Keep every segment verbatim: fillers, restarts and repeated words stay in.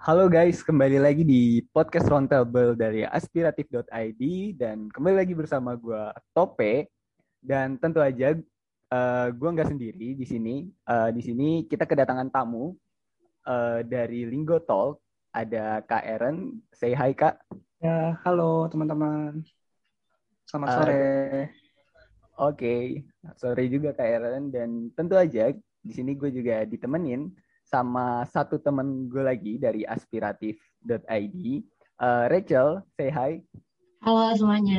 Halo guys, kembali lagi di podcast Roundtable dari aspiratif dot i d dan kembali lagi bersama gue Tope dan tentu aja uh, gue nggak sendiri di sini. Uh, di sini kita kedatangan tamu uh, dari Linggo Talk. Ada Kak Eren. Say hi Kak. Ya, halo teman-teman. Selamat Uh, sore. Oke, okay. Sore juga Kak Eren dan tentu aja di sini gue juga ditemenin sama satu temen gue lagi dari aspiratif dot i d. Uh, Rachel, say hi. Halo semuanya.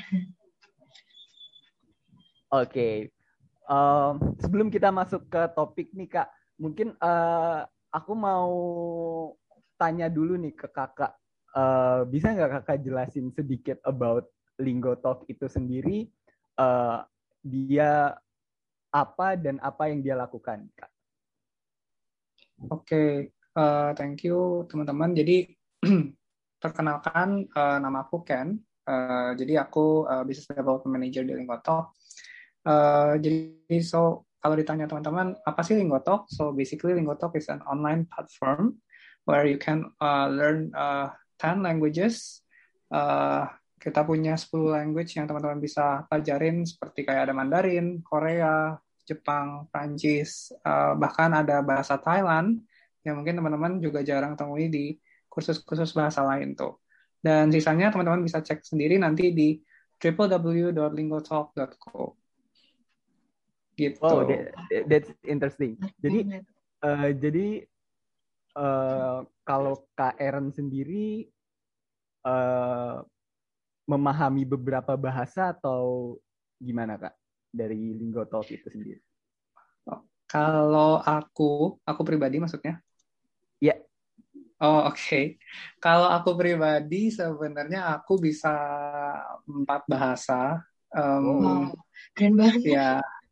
Oke, okay. um, sebelum kita masuk ke topik nih Kak, mungkin uh, aku mau tanya dulu nih ke Kakak. Uh, bisa nggak Kakak jelasin sedikit about Linggo Talk itu sendiri? Uh, dia apa dan apa yang dia lakukan, Kak? Oke, okay. uh, thank you teman-teman. Jadi perkenalkan, uh, nama aku Ken. Uh, jadi aku uh, Business Development Manager di Linggotalk. Uh, jadi so kalau ditanya teman-teman apa sih Linggotalk? So basically Linggotalk is an online platform where you can uh, learn uh, ten languages. Uh, kita punya sepuluh language yang teman-teman bisa pelajarin seperti kayak ada Mandarin, Korea, Jepang, Prancis, uh, bahkan ada bahasa Thailand yang mungkin teman-teman juga jarang temui di kursus-kursus bahasa lain tuh. Dan sisanya teman-teman bisa cek sendiri nanti di w w w dot linggotalk dot co. Gitu. Wow, that, that's interesting. Jadi, uh, jadi uh, kalau Kak Eren sendiri uh, memahami beberapa bahasa atau gimana Kak dari Linggo Talk itu sendiri? Kalau aku, aku pribadi maksudnya? Ya. Yeah. Oh oke. Okay. Kalau aku pribadi sebenarnya aku bisa empat bahasa. Um, wow, keren banget. Ya.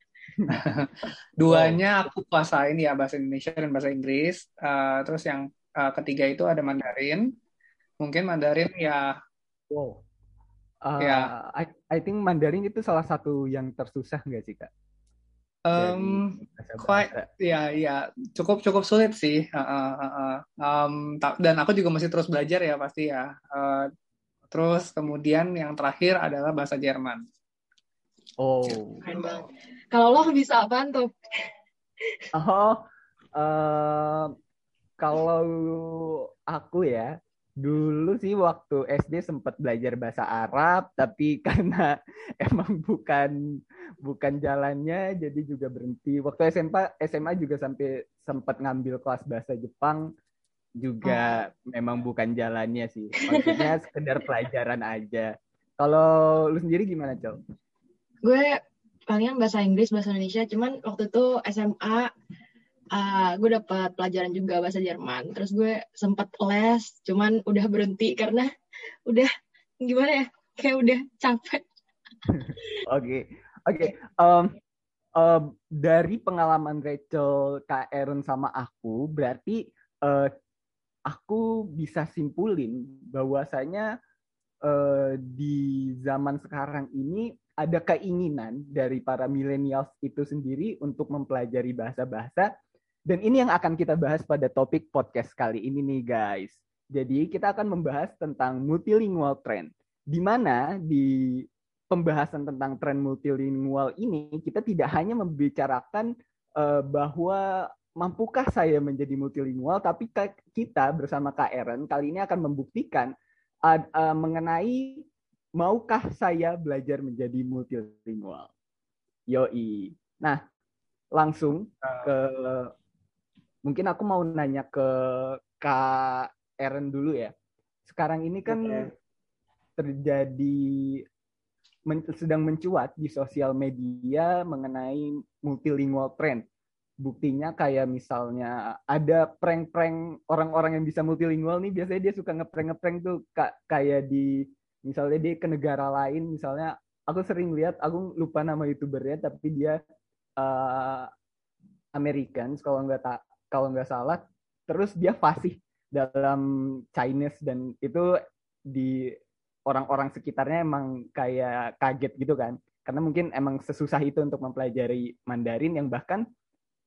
Duanya aku kuasain ya bahasa Indonesia dan bahasa Inggris. Uh, terus yang uh, ketiga itu ada Mandarin. Mungkin Mandarin ya. Wow. Uh, Ya. I, I think Mandarin itu salah satu yang tersusah nggak sih Kak? Um, quite ya ya cukup cukup sulit sih. Uh, uh, uh, um, dan aku juga masih terus belajar ya pasti ya. Uh, terus kemudian yang terakhir adalah bahasa Jerman. Oh. Keren banget. Kalau lo bisa apaan tuh? Oh, uh, kalau aku ya, dulu sih waktu S D sempat belajar bahasa Arab, tapi karena emang bukan bukan jalannya, jadi juga berhenti. Waktu S M A S M A juga sampai sempat ngambil kelas bahasa Jepang, juga oh. memang bukan jalannya sih. Maksudnya sekedar pelajaran aja. Kalau lu sendiri gimana, Cel? Gue palingan bahasa Inggris, bahasa Indonesia. Cuman waktu itu S M A Uh, gue dapat pelajaran juga bahasa Jerman. Terus gue sempat les, cuman udah berhenti karena udah gimana ya, kayak udah capek. Oke, oke. Um, um, dari pengalaman Rachel, Kak Aaron sama aku, berarti uh, aku bisa simpulin bahwasanya uh, di zaman sekarang ini ada keinginan dari para millennials itu sendiri untuk mempelajari bahasa-bahasa. Dan ini yang akan kita bahas pada topik podcast kali ini nih guys. Jadi kita akan membahas tentang multilingual trend. Di mana di pembahasan tentang tren multilingual ini kita tidak hanya membicarakan uh, bahwa mampukah saya menjadi multilingual, tapi kita bersama Kak Eren kali ini akan membuktikan uh, uh, mengenai maukah saya belajar menjadi multilingual. Yoi. Nah, langsung ke mungkin aku mau nanya ke Kak Eren dulu ya. Sekarang ini kan okay. terjadi men, sedang mencuat di sosial media mengenai multilingual trend. Buktinya kayak misalnya ada prank-prank orang-orang yang bisa multilingual nih, biasanya dia suka ngeprank-ngeprank tuh kak, kayak di misalnya dia ke negara lain, misalnya aku sering lihat, aku lupa nama youtubernya tapi dia uh, Americans kalau nggak tak kalau nggak salah, terus dia fasih dalam Chinese dan itu di orang-orang sekitarnya emang kayak kaget gitu kan, karena mungkin emang sesusah itu untuk mempelajari Mandarin yang bahkan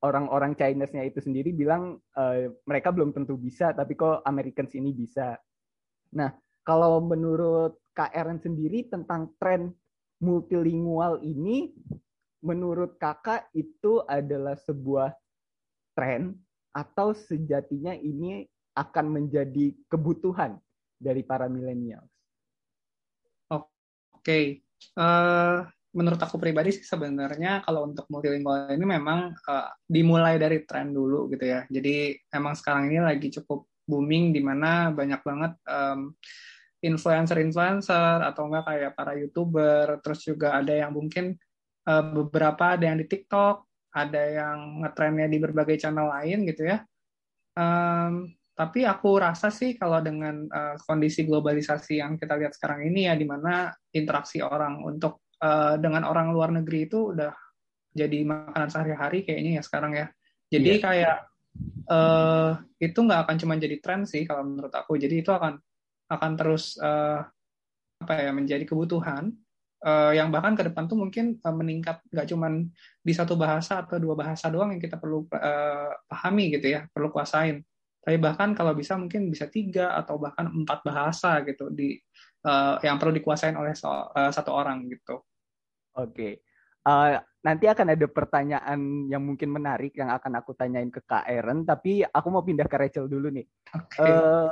orang-orang Chinese-nya itu sendiri bilang uh, mereka belum tentu bisa, tapi kok Americans ini bisa. Nah, kalau menurut Kak Eren sendiri tentang tren multilingual ini, menurut kakak itu adalah sebuah tren atau sejatinya ini akan menjadi kebutuhan dari para milenial? Oke, okay. uh, menurut aku pribadi sih sebenarnya kalau untuk multilingual ini memang uh, dimulai dari tren dulu gitu ya. Jadi emang sekarang ini lagi cukup booming di mana banyak banget um, influencer-influencer atau enggak kayak para YouTuber, terus juga ada yang mungkin uh, beberapa ada yang di TikTok, ada yang ngetrennya di berbagai channel lain gitu ya. Um, tapi aku rasa sih kalau dengan uh, kondisi globalisasi yang kita lihat sekarang ini ya, di mana interaksi orang untuk uh, dengan orang luar negeri itu udah jadi makanan sehari-hari kayaknya ya sekarang ya. Jadi yeah. kayak uh, itu nggak akan cuma jadi tren sih kalau menurut aku. Jadi itu akan akan terus uh, apa ya menjadi kebutuhan uh, yang bahkan ke depan tuh mungkin uh, meningkat nggak cuma di satu bahasa atau dua bahasa doang yang kita perlu uh, pahami gitu ya, perlu kuasain. Tapi bahkan kalau bisa mungkin bisa tiga atau bahkan empat bahasa gitu di uh, yang perlu dikuasain oleh so, uh, satu orang gitu. Oke, okay. uh, nanti akan ada pertanyaan yang mungkin menarik yang akan aku tanyain ke Kak Eren, tapi aku mau pindah ke Rachel dulu nih. Okay. Uh,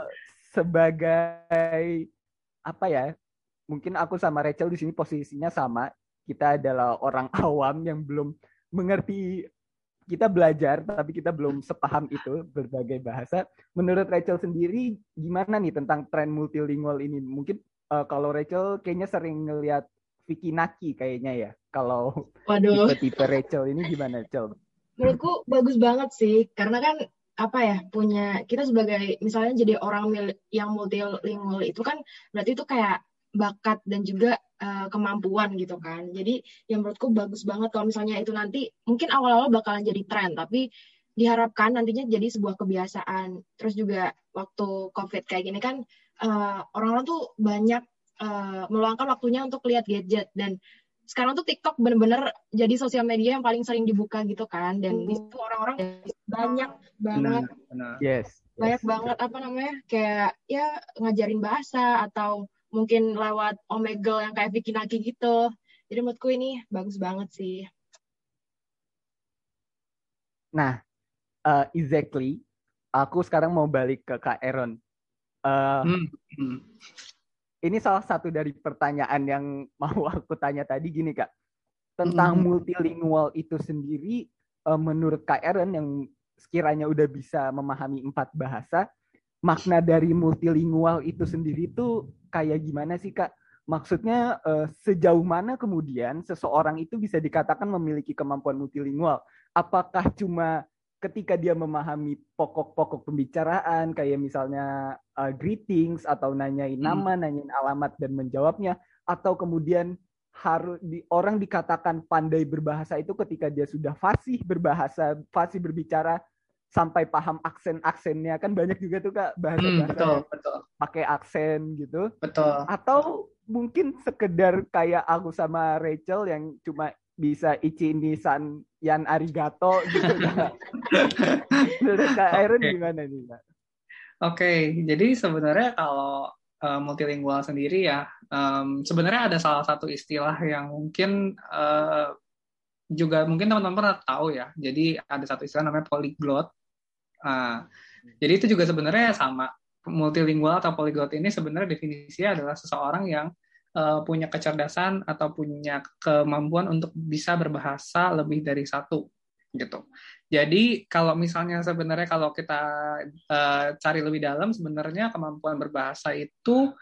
sebagai apa ya? Mungkin aku sama Rachel di sini posisinya sama. Kita adalah orang awam yang belum mengerti. Kita belajar, tapi kita belum sepaham itu berbagai bahasa. Menurut Rachel sendiri, gimana nih tentang tren multilingual ini? Mungkin uh, kalau Rachel kayaknya sering ngelihat Vicky Naki kayaknya ya. Kalau tipe-tipe Rachel ini gimana, Rachel? Menurutku bagus banget sih, karena kan apa ya, punya kita sebagai misalnya jadi orang yang multilingual itu kan berarti itu kayak bakat dan juga uh, kemampuan gitu kan. Jadi yang menurutku bagus banget kalau misalnya itu nanti mungkin awal-awal bakalan jadi tren, tapi diharapkan nantinya jadi sebuah kebiasaan. Terus juga waktu COVID kayak gini kan uh, orang-orang tuh banyak uh, meluangkan waktunya untuk lihat gadget, dan sekarang tuh TikTok bener-bener jadi sosial media yang paling sering dibuka gitu kan, dan di situ orang-orang banyak banget benar, benar. Yes, banyak yes. banget apa namanya kayak ya ngajarin bahasa atau mungkin lewat Omegle yang kayak Vicky Naki gitu. Jadi menurutku ini bagus banget sih. Nah, uh, exactly. Aku sekarang mau balik ke Kak Aaron. Uh, hmm. Hmm. Ini salah satu dari pertanyaan yang mau aku tanya tadi gini Kak. Tentang hmm. multilingual itu sendiri, uh, menurut Kak Aaron yang sekiranya udah bisa memahami empat bahasa, makna dari multilingual itu sendiri tuh kayak gimana sih Kak? Maksudnya uh, sejauh mana kemudian seseorang itu bisa dikatakan memiliki kemampuan multilingual? Apakah cuma ketika dia memahami pokok-pokok pembicaraan kayak misalnya uh, greetings atau nanyain nama, hmm. nanyain alamat dan menjawabnya, atau kemudian harus di, orang dikatakan pandai berbahasa itu ketika dia sudah fasih berbahasa, fasih berbicara sampai paham aksen-aksennya, kan banyak juga tuh Kak bahasa-bahasa hmm, betul, betul. pakai aksen gitu. Betul. Atau mungkin sekedar kayak aku sama Rachel yang cuma bisa ichi ni san yan arigato gitu Kak. Menurut Kak Aaron okay. gimana nih Kak? Oke, okay. Jadi sebenarnya kalau uh, multilingual sendiri ya, um, sebenarnya ada salah satu istilah yang mungkin uh, juga mungkin teman-teman pernah tahu ya. Jadi ada satu istilah namanya polyglot. Uh, jadi itu juga sebenarnya sama. Multilingual atau polyglot ini sebenarnya definisinya adalah seseorang yang uh, punya kecerdasan atau punya kemampuan untuk bisa berbahasa lebih dari satu gitu. Jadi kalau misalnya sebenarnya kalau kita uh, cari lebih dalam, sebenarnya kemampuan berbahasa itu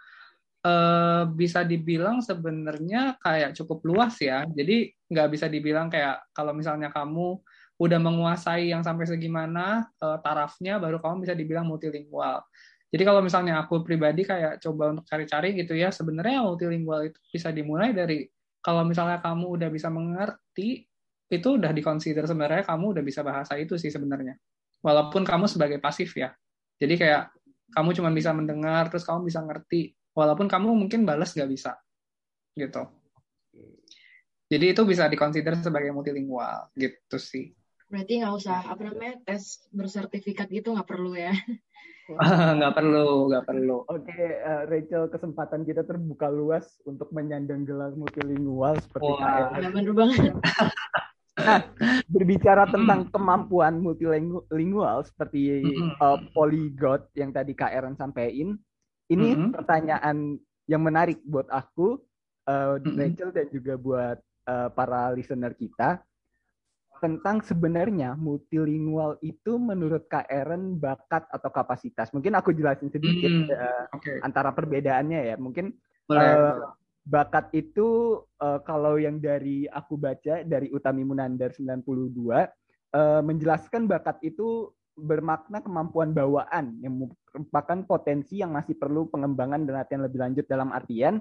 uh, bisa dibilang sebenarnya kayak cukup luas ya. Jadi nggak bisa dibilang kayak kalau misalnya kamu udah menguasai yang sampai segimana uh, tarafnya, baru kamu bisa dibilang multilingual. Jadi kalau misalnya aku pribadi kayak coba untuk cari-cari gitu ya, sebenarnya multilingual itu bisa dimulai dari kalau misalnya kamu udah bisa mengerti, itu udah dikonsider sebenarnya kamu udah bisa bahasa itu sih sebenarnya. Walaupun kamu sebagai pasif ya. Jadi kayak kamu cuma bisa mendengar, terus kamu bisa ngerti. Walaupun kamu mungkin balas nggak bisa. Gitu. Jadi itu bisa dikonsider sebagai multilingual gitu sih. Berarti nggak usah apa namanya tes bersertifikat gitu nggak perlu ya? Nggak perlu, nggak perlu. Oke, uh, Rachel, kesempatan kita terbuka luas untuk menyandang gelar multilingual seperti K R. Wah, bener banget. Nah, berbicara tentang kemampuan multilingual seperti uh, polyglot yang tadi Kak Aaron sampaikan, ini mm-hmm. pertanyaan yang menarik buat aku, uh, mm-hmm. Rachel, dan juga buat uh, para listener kita, tentang sebenarnya multilingual itu menurut Kak Aaron bakat atau kapasitas. Mungkin aku jelasin sedikit mm, uh, okay. antara perbedaannya ya. Mungkin uh, bakat itu uh, kalau yang dari aku baca dari Utami Munandar sembilan puluh dua uh, menjelaskan bakat itu bermakna kemampuan bawaan yang merupakan potensi yang masih perlu pengembangan dan latihan lebih lanjut. Dalam artian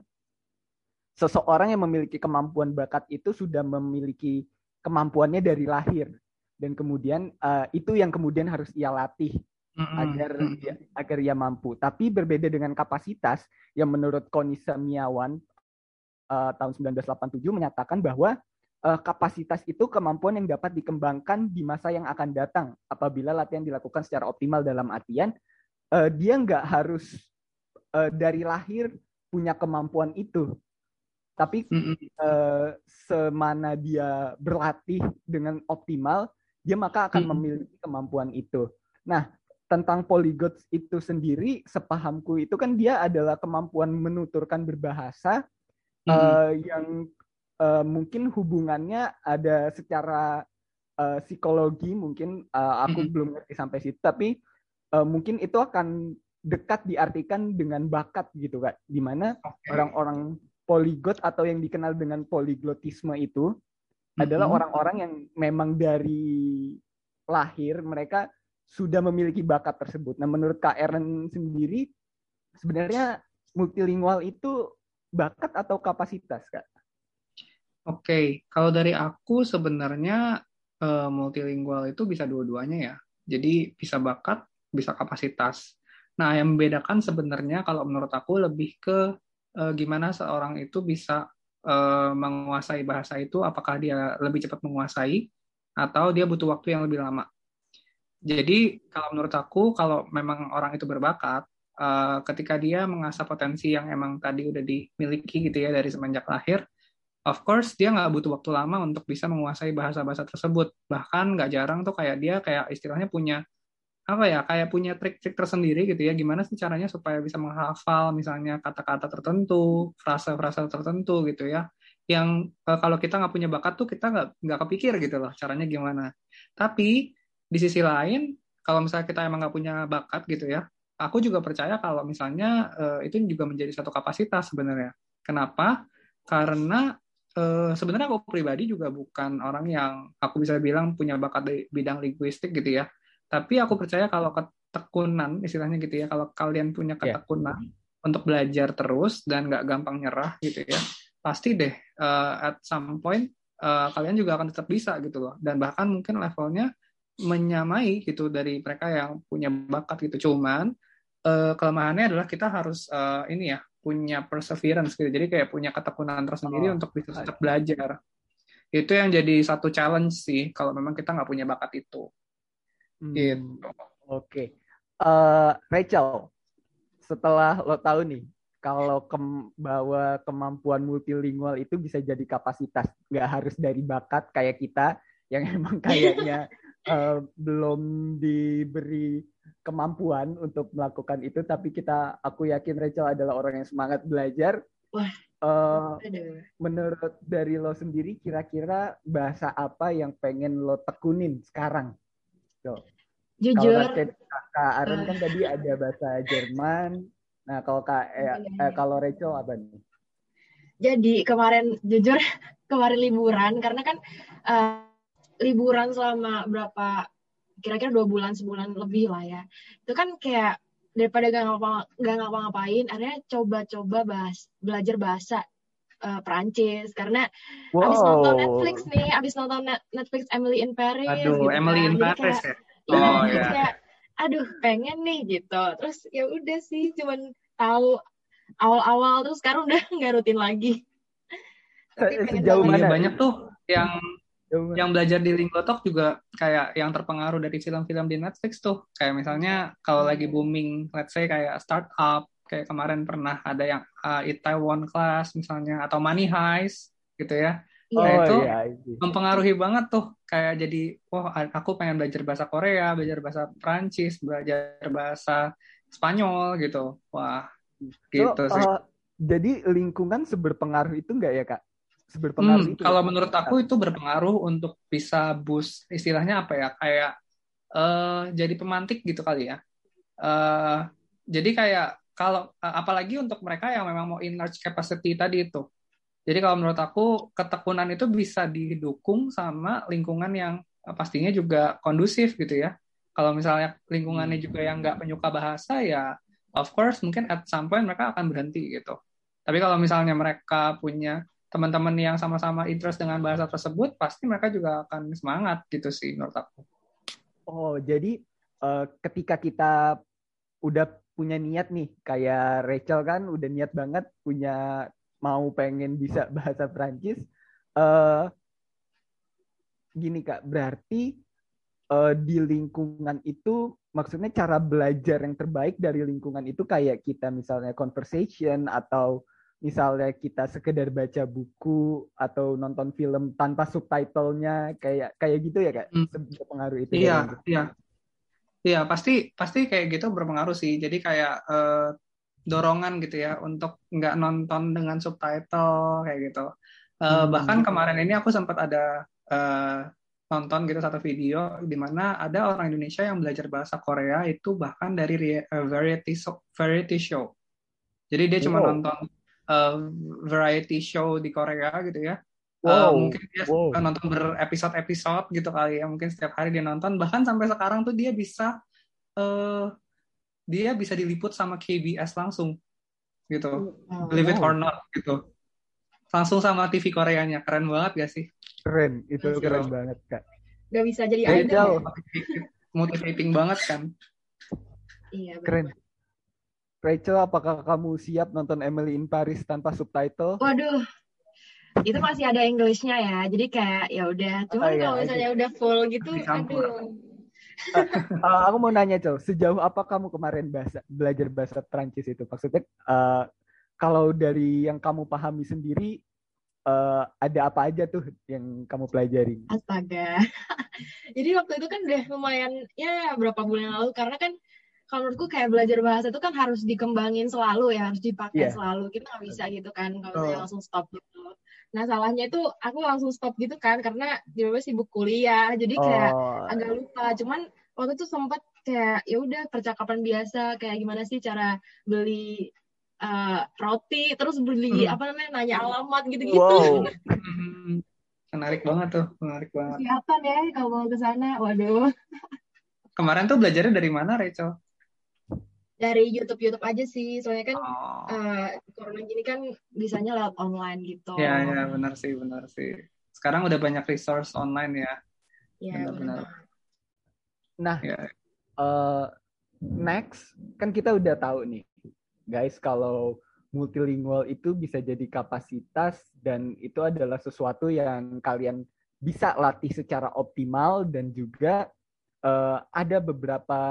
seseorang yang memiliki kemampuan bakat itu sudah memiliki kemampuannya dari lahir, dan kemudian uh, itu yang kemudian harus ia latih agar ia, agar ia mampu. Tapi berbeda dengan kapasitas yang menurut Connie Semiawan uh, tahun sembilan belas delapan puluh tujuh menyatakan bahwa uh, kapasitas itu kemampuan yang dapat dikembangkan di masa yang akan datang apabila latihan dilakukan secara optimal. Dalam artian uh, dia nggak harus uh, dari lahir punya kemampuan itu. Tapi uh, semana dia berlatih dengan optimal, dia maka akan memiliki kemampuan itu. Nah, tentang polyglot itu sendiri, sepahamku itu kan dia adalah kemampuan menuturkan berbahasa uh, yang uh, mungkin hubungannya ada secara uh, psikologi, mungkin uh, aku belum ngerti sampai situ, tapi uh, mungkin itu akan dekat diartikan dengan bakat gitu, Kak. Di mana okay. orang-orang polyglot atau yang dikenal dengan polyglotisme itu mm-hmm. adalah orang-orang yang memang dari lahir mereka sudah memiliki bakat tersebut. Nah, menurut Kak Aaron sendiri, sebenarnya multilingual itu bakat atau kapasitas, Kak? Oke, okay. Kalau dari aku sebenarnya uh, multilingual itu bisa dua-duanya ya. Jadi bisa bakat, bisa kapasitas. Nah, yang membedakan sebenarnya kalau menurut aku lebih ke Uh, gimana seorang itu bisa uh, menguasai bahasa itu, apakah dia lebih cepat menguasai atau dia butuh waktu yang lebih lama. Jadi kalau menurut aku, kalau memang orang itu berbakat, uh, ketika dia mengasah potensi yang emang tadi udah dimiliki gitu ya dari semenjak lahir, of course dia nggak butuh waktu lama untuk bisa menguasai bahasa-bahasa tersebut. Bahkan nggak jarang tuh kayak dia kayak istilahnya punya apa ya, kayak punya trik-trik tersendiri gitu ya, gimana sih caranya supaya bisa menghafal misalnya kata-kata tertentu, frase-frase tertentu gitu ya, yang e, kalau kita nggak punya bakat tuh kita nggak nggak kepikir gitu loh caranya gimana. Tapi di sisi lain, kalau misalnya kita emang nggak punya bakat gitu ya, aku juga percaya kalau misalnya e, itu juga menjadi satu kapasitas sebenarnya. Kenapa? Karena e, sebenarnya aku pribadi juga bukan orang yang aku bisa bilang punya bakat di bidang linguistik gitu ya. Tapi aku percaya kalau ketekunan, istilahnya gitu ya, kalau kalian punya ketekunan yeah. untuk belajar terus dan nggak gampang nyerah gitu ya, pasti deh uh, at some point uh, kalian juga akan tetap bisa gitu loh. Dan bahkan mungkin levelnya menyamai gitu dari mereka yang punya bakat gitu. Cuman uh, kelemahannya adalah kita harus uh, ini ya, punya perseverance gitu. Jadi kayak punya ketekunan tersendiri oh. untuk bisa tetap belajar. Itu yang jadi satu challenge sih kalau memang kita nggak punya bakat itu. Hmm, gitu. Oke, okay. uh, Rachel, setelah lo tahu nih kalau kem- bahwa kemampuan multilingual itu bisa jadi kapasitas, nggak harus dari bakat kayak kita yang emang kayaknya uh, belum diberi kemampuan untuk melakukan itu, tapi kita, aku yakin Rachel adalah orang yang semangat belajar. Wah. Uh, menurut dari lo sendiri, kira-kira bahasa apa yang pengen lo tekunin sekarang? So, jujur, kalau Kak Aaron kan uh, tadi ada bahasa Jerman. Nah, kalau Kak eh, eh, kalau Rachel apa nih? Jadi kemarin jujur kemarin liburan karena kan uh, liburan selama berapa kira-kira dua bulan sebulan lebih lah ya. Itu kan kayak daripada gak ngapa gak ngapa-ngapain, akhirnya coba-coba bahas belajar bahasa uh, Perancis karena wow. abis nonton Netflix nih, abis nonton Netflix Emily in Paris. Aduh, gitu Emily kan. in Paris kayak, ya. Oh ya. ya. Kayak, aduh pengen nih gitu. Terus ya udah sih, cuman tahu awal-awal terus sekarang udah nggak rutin lagi. Tapi pengen sejauh mana? Banyak tuh yang yang belajar di Linggotalk juga kayak yang terpengaruh dari film-film di Netflix tuh. Kayak misalnya kalau lagi booming, let's say kayak startup, kayak kemarin pernah ada yang uh, Itaewon Class misalnya, atau Money Heist gitu ya. Nah Oh itu iya, itu. mempengaruhi banget tuh. Kayak jadi, oh aku pengen belajar bahasa Korea, belajar bahasa Prancis, belajar bahasa Spanyol gitu. Wah, So, gitu sih. uh, jadi lingkungan seberpengaruh itu enggak ya, Kak? Seberpengaruh Hmm, itu kalau ya? menurut aku itu berpengaruh untuk bisa boost, istilahnya apa ya, kayak eh jadi pemantik gitu kali ya. Eh jadi kayak kalau eh, apalagi untuk mereka yang memang mau in large capacity tadi itu. Jadi kalau menurut aku ketekunan itu bisa didukung sama lingkungan yang eh, pastinya juga kondusif gitu ya. Kalau misalnya lingkungannya juga yang nggak penyuka bahasa ya, of course mungkin at some point mereka akan berhenti gitu. Tapi kalau misalnya mereka punya teman-teman yang sama-sama interest dengan bahasa tersebut, pasti mereka juga akan semangat gitu sih menurut aku. Oh, jadi uh, ketika kita udah punya niat nih, kayak Rachel kan udah niat banget punya mau pengen bisa bahasa Prancis. Uh, gini Kak, berarti uh, di lingkungan itu maksudnya cara belajar yang terbaik dari lingkungan itu kayak kita misalnya conversation atau misalnya kita sekedar baca buku atau nonton film tanpa subtitlenya kayak kayak gitu ya Kak, Hmm. pengaruh itu dari Iya, lingkungan. iya. Iya, pasti pasti kayak gitu berpengaruh sih. Jadi kayak eh, dorongan gitu ya untuk nggak nonton dengan subtitle kayak gitu. Eh, bahkan Hmm. kemarin ini aku sempat ada eh, nonton gitu satu video di mana ada orang Indonesia yang belajar bahasa Korea itu bahkan dari rea- eh, variety show, variety show. Jadi dia cuma Wow, nonton eh, variety show di Korea gitu ya. Eh, wow, mungkin dia wow. nonton berepisode-episode gitu kali ya. Mungkin setiap hari dia nonton. Bahkan sampai sekarang tuh dia bisa eh, dia bisa diliput sama K B S langsung gitu. Believe it or Wow, not gitu. Langsung sama T V Koreanya. Keren banget gak sih? keren, itu Gitu. keren banget Kak. Gak bisa jadi Jadi idol Rachel, ya? motivating, motivating banget kan. Iya, benar. keren. Rachel, apakah kamu siap nonton Emily in Paris tanpa subtitle? Waduh, itu masih ada Englishnya ya. Jadi kayak ya udah. Oh Cuman kalau ya, oke. misalnya udah full gitu, Dicampur. aduh. Uh, uh, aku mau nanya, Cel, sejauh apa kamu kemarin bahasa, belajar bahasa Prancis itu? Maksudnya, uh, kalau dari yang kamu pahami sendiri, uh, ada apa aja tuh yang kamu pelajari? Astaga. Jadi waktu itu kan udah lumayan ya berapa bulan lalu karena kan kalau menurutku kayak belajar bahasa itu kan harus dikembangin selalu ya, harus dipakai Iya. selalu. Kita nggak bisa gitu kan kalau Oh. misalnya langsung stop gitu. Nah salahnya itu aku langsung stop gitu kan karena tiba-tiba sibuk kuliah, jadi kayak Oh, agak lupa. Cuman waktu itu sempat kayak ya udah percakapan biasa kayak gimana sih cara beli uh, roti, terus beli Hmm. apa namanya nanya alamat gitu-gitu. wow. Hmm. Menarik banget tuh, menarik banget. Siapkan ya kalau mau ke sana. Waduh. Kemarin tuh belajarnya dari mana, Rachel? Dari YouTube YouTube aja sih, soalnya kan Oh. uh, corona gini kan bisanya lewat online gitu. Ya, ya, benar sih, benar sih. Sekarang udah banyak resource online ya. Ya, Benar-benar. Nah, Ya. uh, next, kan kita udah tahu nih, guys, kalau multilingual itu bisa jadi kapasitas dan itu adalah sesuatu yang kalian bisa latih secara optimal dan juga uh, ada beberapa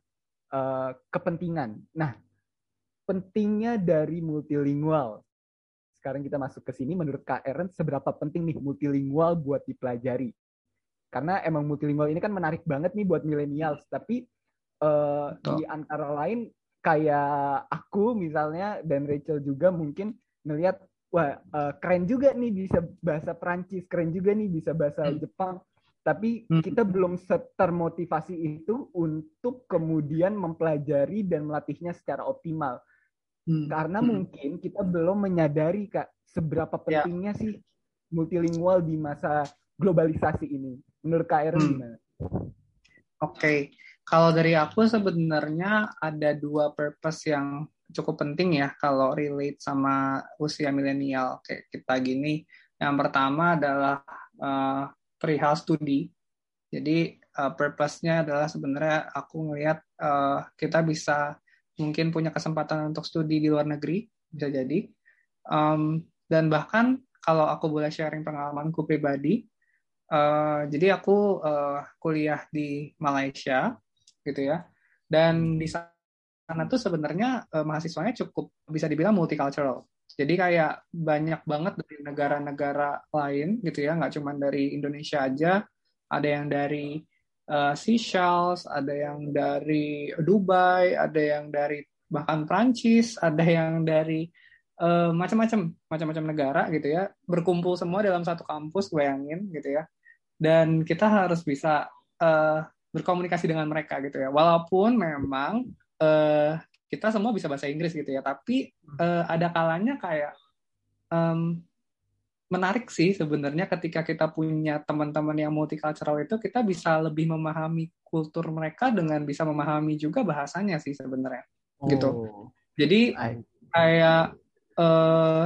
uh, kepentingan. Nah, pentingnya dari multilingual. Sekarang kita masuk ke sini, menurut Kak Eren, seberapa penting nih multilingual buat dipelajari? Karena emang multilingual ini kan menarik banget nih buat millennials, tapi uh, di antara lain kayak aku misalnya dan Rachel juga mungkin ngelihat wah uh, keren juga nih bisa bahasa Perancis, keren juga nih bisa bahasa Hmm. Jepang, tapi Hmm. kita belum termotivasi itu untuk kemudian mempelajari dan melatihnya secara optimal. Hmm. Karena Hmm. mungkin kita belum menyadari Kak seberapa pentingnya ya. sih multilingual di masa globalisasi ini. Menurut Kak Eren hmm. gimana? Oke, okay. Kalau dari aku sebenarnya ada dua purpose yang cukup penting ya kalau relate sama usia milenial kayak kita gini. Yang pertama adalah uh, perihal studi. Jadi uh, purpose-nya adalah sebenarnya aku ngelihat uh, kita bisa mungkin punya kesempatan untuk studi di luar negeri, bisa jadi. Um, dan bahkan kalau aku boleh sharing pengalamanku pribadi, Uh, jadi aku uh, kuliah di Malaysia gitu ya. Dan di sana tuh sebenarnya uh, mahasiswanya cukup bisa dibilang multicultural. Jadi kayak banyak banget dari negara-negara lain gitu ya, nggak cuma dari Indonesia aja. Ada yang dari uh, Seychelles, ada yang dari Dubai, ada yang dari bahkan Prancis, ada yang dari uh, macam-macam macam-macam negara gitu ya, berkumpul semua dalam satu kampus, bayangin gitu ya. Dan kita harus bisa uh, berkomunikasi dengan mereka gitu ya. Walaupun memang uh, kita semua bisa bahasa Inggris gitu ya, tapi uh, ada kalanya kayak um, menarik sih sebenarnya ketika kita punya teman-teman yang multicultural itu, kita bisa lebih memahami kultur mereka dengan bisa memahami juga bahasanya sih sebenarnya. Oh. Gitu. Jadi kayak uh,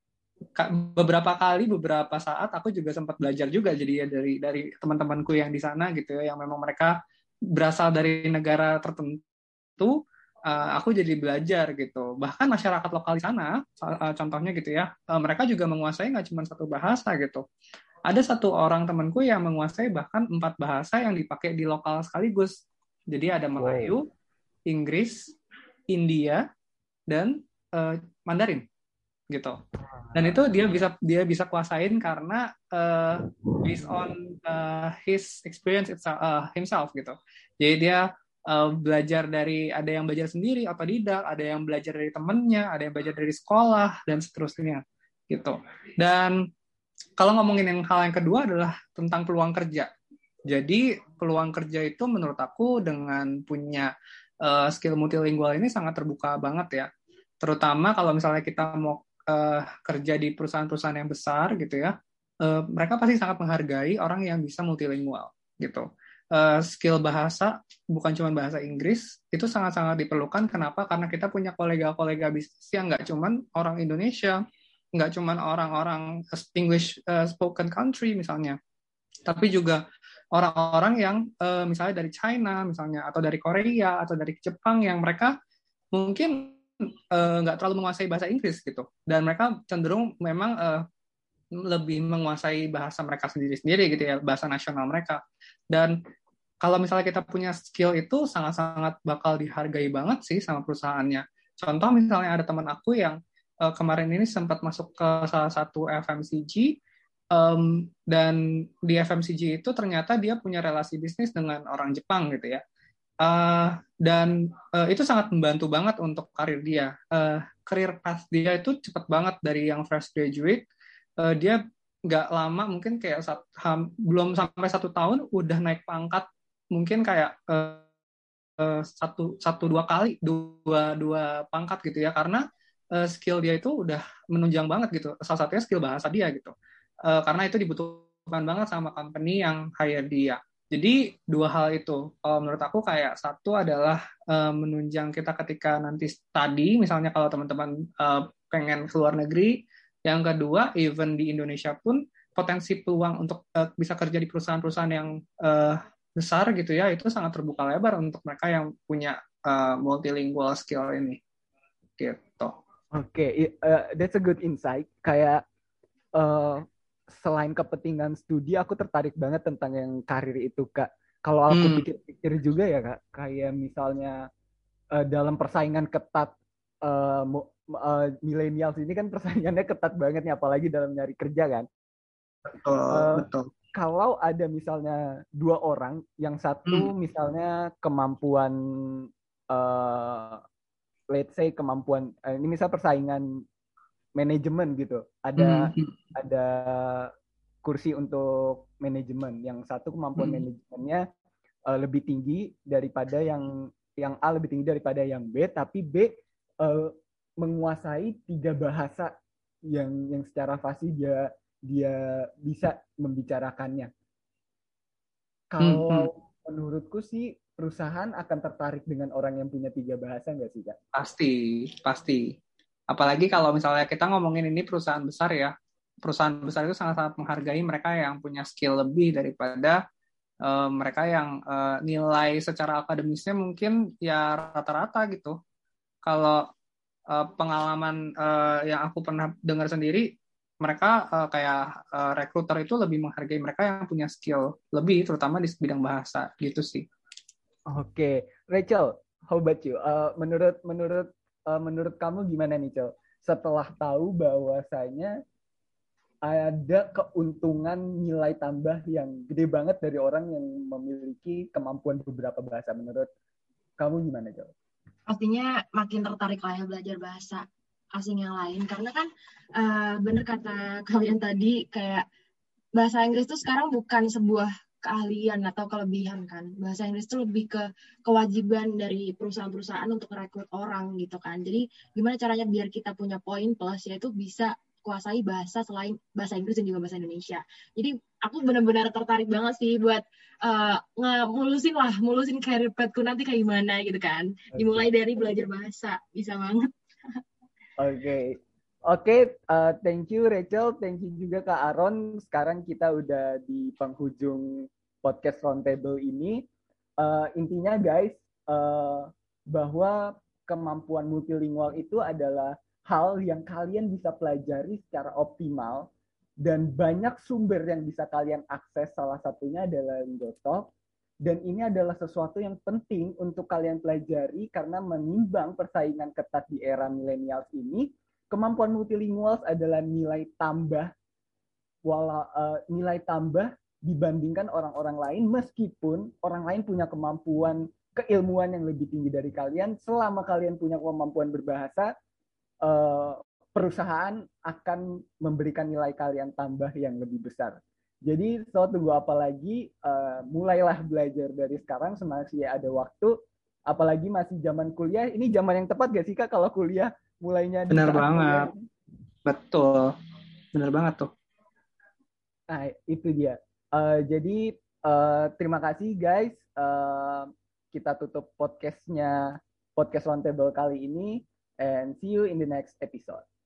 beberapa kali, beberapa saat aku juga sempat belajar juga jadi ya dari dari teman-temanku yang di sana gitu ya, yang memang mereka berasal dari negara tertentu, uh, aku jadi belajar gitu. Bahkan masyarakat lokal di sana, uh, contohnya gitu ya, uh, mereka juga menguasai nggak cuma satu bahasa gitu. Ada satu orang temanku yang menguasai bahkan empat bahasa yang dipakai di lokal sekaligus. Jadi ada Melayu, Inggris, India, dan uh, Mandarin gitu. Dan itu dia bisa dia bisa kuasain karena uh, based on uh, his experience itself, uh, himself gitu. Jadi dia uh, belajar dari, ada yang belajar sendiri otodidak, ada yang belajar dari temennya, ada yang belajar dari sekolah dan seterusnya gitu. Dan kalau ngomongin yang hal yang kedua adalah tentang peluang kerja. Jadi peluang kerja itu menurut aku dengan punya uh, skill multilingual ini sangat terbuka banget ya. Terutama kalau misalnya kita mau Uh, kerja di perusahaan-perusahaan yang besar gitu ya, uh, mereka pasti sangat menghargai orang yang bisa multilingual gitu. Uh, skill bahasa, bukan cuma bahasa Inggris, itu sangat-sangat diperlukan. Kenapa? Karena kita punya kolega-kolega bisnis yang nggak cuma orang Indonesia, nggak cuma orang-orang English uh, spoken country misalnya, tapi juga orang-orang yang uh, misalnya dari China misalnya, atau dari Korea, atau dari Jepang, yang mereka mungkin nggak uh, terlalu menguasai bahasa Inggris gitu, dan mereka cenderung memang uh, lebih menguasai bahasa mereka sendiri-sendiri gitu ya, bahasa nasional mereka. Dan kalau misalnya kita punya skill itu, sangat-sangat bakal dihargai banget sih sama perusahaannya. Contoh misalnya ada teman aku yang uh, kemarin ini sempat masuk ke salah satu F M C G, um, dan di F M C G itu ternyata dia punya relasi bisnis dengan orang Jepang gitu ya. Uh, dan uh, itu sangat membantu banget untuk karir dia. Uh, karir path dia itu cepat banget. Dari yang fresh graduate, uh, dia nggak lama, mungkin kayak sat, ham, belum sampai satu tahun udah naik pangkat, mungkin kayak uh, uh, satu satu dua kali, dua dua pangkat gitu ya, karena uh, skill dia itu udah menunjang banget gitu. Salah satunya skill bahasa dia gitu, uh, karena itu dibutuhkan banget sama company yang hire dia. Jadi dua hal itu, uh, menurut aku kayak satu adalah uh, menunjang kita ketika nanti study, misalnya kalau teman-teman uh, pengen ke luar negeri. Yang kedua, even di Indonesia pun potensi peluang untuk uh, bisa kerja di perusahaan-perusahaan yang uh, besar gitu ya, itu sangat terbuka lebar untuk mereka yang punya uh, multilingual skill ini. Gitu. Oke, okay, uh, that's a good insight. Kayak uh, selain kepentingan studi, aku tertarik banget tentang yang karir itu, Kak. Kalau aku hmm. pikir-pikir juga ya, Kak, kayak misalnya uh, dalam persaingan ketat, uh, uh, millennials ini kan persaingannya ketat banget nih, apalagi dalam nyari kerja kan. Betul, uh, betul. Kalau ada misalnya dua orang, yang satu hmm. misalnya kemampuan, uh, let's say kemampuan, uh, ini misal persaingan manajemen gitu, ada hmm. ada kursi untuk manajemen, yang satu kemampuan hmm. manajemennya uh, lebih tinggi daripada yang yang A, lebih tinggi daripada yang B, tapi B uh, menguasai tiga bahasa yang yang secara fasih dia dia bisa membicarakannya. Kalau hmm. menurutku sih perusahaan akan tertarik dengan orang yang punya tiga bahasa, nggak sih, Kak? Pasti, pasti. Apalagi kalau misalnya kita ngomongin ini perusahaan besar ya, perusahaan besar itu sangat-sangat menghargai mereka yang punya skill lebih daripada uh, mereka yang uh, nilai secara akademisnya mungkin ya rata-rata gitu. Kalau uh, pengalaman uh, yang aku pernah dengar sendiri, mereka uh, kayak uh, recruiter itu lebih menghargai mereka yang punya skill lebih, terutama di bidang bahasa gitu sih. Oke, okay. Rachel, how about you? Uh, menurut menurut uh, menurut kamu gimana nih, Cel? Setelah tahu bahwasanya ada keuntungan nilai tambah yang gede banget dari orang yang memiliki kemampuan beberapa bahasa, menurut kamu gimana, Cel? Pastinya makin tertarik lah ya belajar bahasa asing yang lain, karena kan uh, bener kata kalian tadi, kayak bahasa Inggris itu sekarang bukan sebuah keahlian atau kelebihan kan. Bahasa Inggris itu lebih ke kewajiban dari perusahaan-perusahaan untuk merekrut orang gitu kan. Jadi gimana caranya biar kita punya poin plus, yaitu bisa kuasai bahasa selain bahasa Inggris dan juga bahasa Indonesia. Jadi aku benar-benar tertarik banget sih buat uh, ngemulusin lah, mulusin career path-ku nanti kayak gimana gitu kan. Dimulai dari belajar bahasa, bisa banget. Oke. Okay. Oke, okay, uh, thank you Rachel, thank you juga Kak Aaron. Sekarang kita udah di penghujung podcast Roundtable ini. Uh, intinya guys, uh, bahwa kemampuan multilingual itu adalah hal yang kalian bisa pelajari secara optimal dan banyak sumber yang bisa kalian akses. Salah satunya adalah Lingotalk. Dan ini adalah sesuatu yang penting untuk kalian pelajari karena menimbang persaingan ketat di era milenial ini. Kemampuan multilingual adalah nilai tambah, wala, uh, nilai tambah dibandingkan orang-orang lain, meskipun orang lain punya kemampuan keilmuan yang lebih tinggi dari kalian. Selama kalian punya kemampuan berbahasa, uh, perusahaan akan memberikan nilai kalian tambah yang lebih besar. Jadi, so tunggu apa lagi? Uh, mulailah belajar dari sekarang semasih ada waktu. Apalagi masih zaman kuliah. Ini zaman yang tepat gak sih Kak kalau kuliah? Mulainya di benar saat banget kuliah. Betul, benar banget tuh. Nah itu dia. Uh, jadi uh, terima kasih guys. Uh, kita tutup podcastnya podcast Roundtable kali ini, and see you in the next episode.